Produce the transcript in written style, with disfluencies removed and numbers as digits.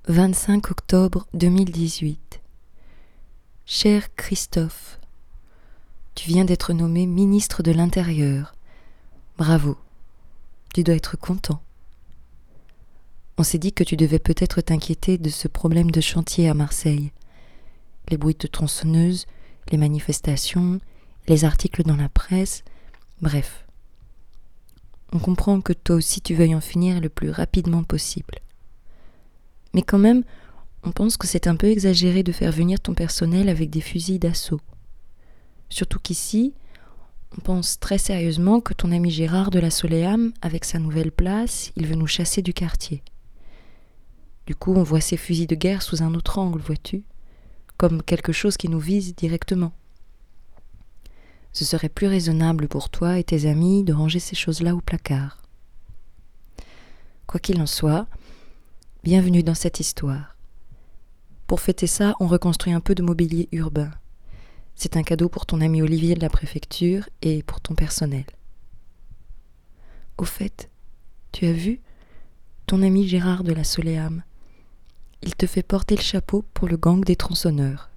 25 octobre 2018. Cher Christophe, tu viens d'être nommé ministre de l'Intérieur. Bravo, tu dois être content. On s'est dit que tu devais peut-être t'inquiéter de ce problème de chantier à Marseille. Les bruits de tronçonneuses, les manifestations, les articles dans la presse, bref. On comprend que toi aussi tu veuilles en finir le plus rapidement possible. Mais quand même, on pense que c'est un peu exagéré de faire venir ton personnel avec des fusils d'assaut. Surtout qu'ici, on pense très sérieusement que ton ami Gérard de la Soleam, avec sa nouvelle place, il veut nous chasser du quartier. Du coup, on voit ces fusils de guerre sous un autre angle, vois-tu, comme quelque chose qui nous vise directement. Ce serait plus raisonnable pour toi et tes amis de ranger ces choses-là au placard. Quoi qu'il en soit, bienvenue dans cette histoire. Pour fêter ça, on reconstruit un peu de mobilier urbain. C'est un cadeau pour ton ami Olivier de la préfecture et pour ton personnel. Au fait, tu as vu ton ami Gérard de la Soleam. Il te fait porter le chapeau pour le gang des tronçonneurs.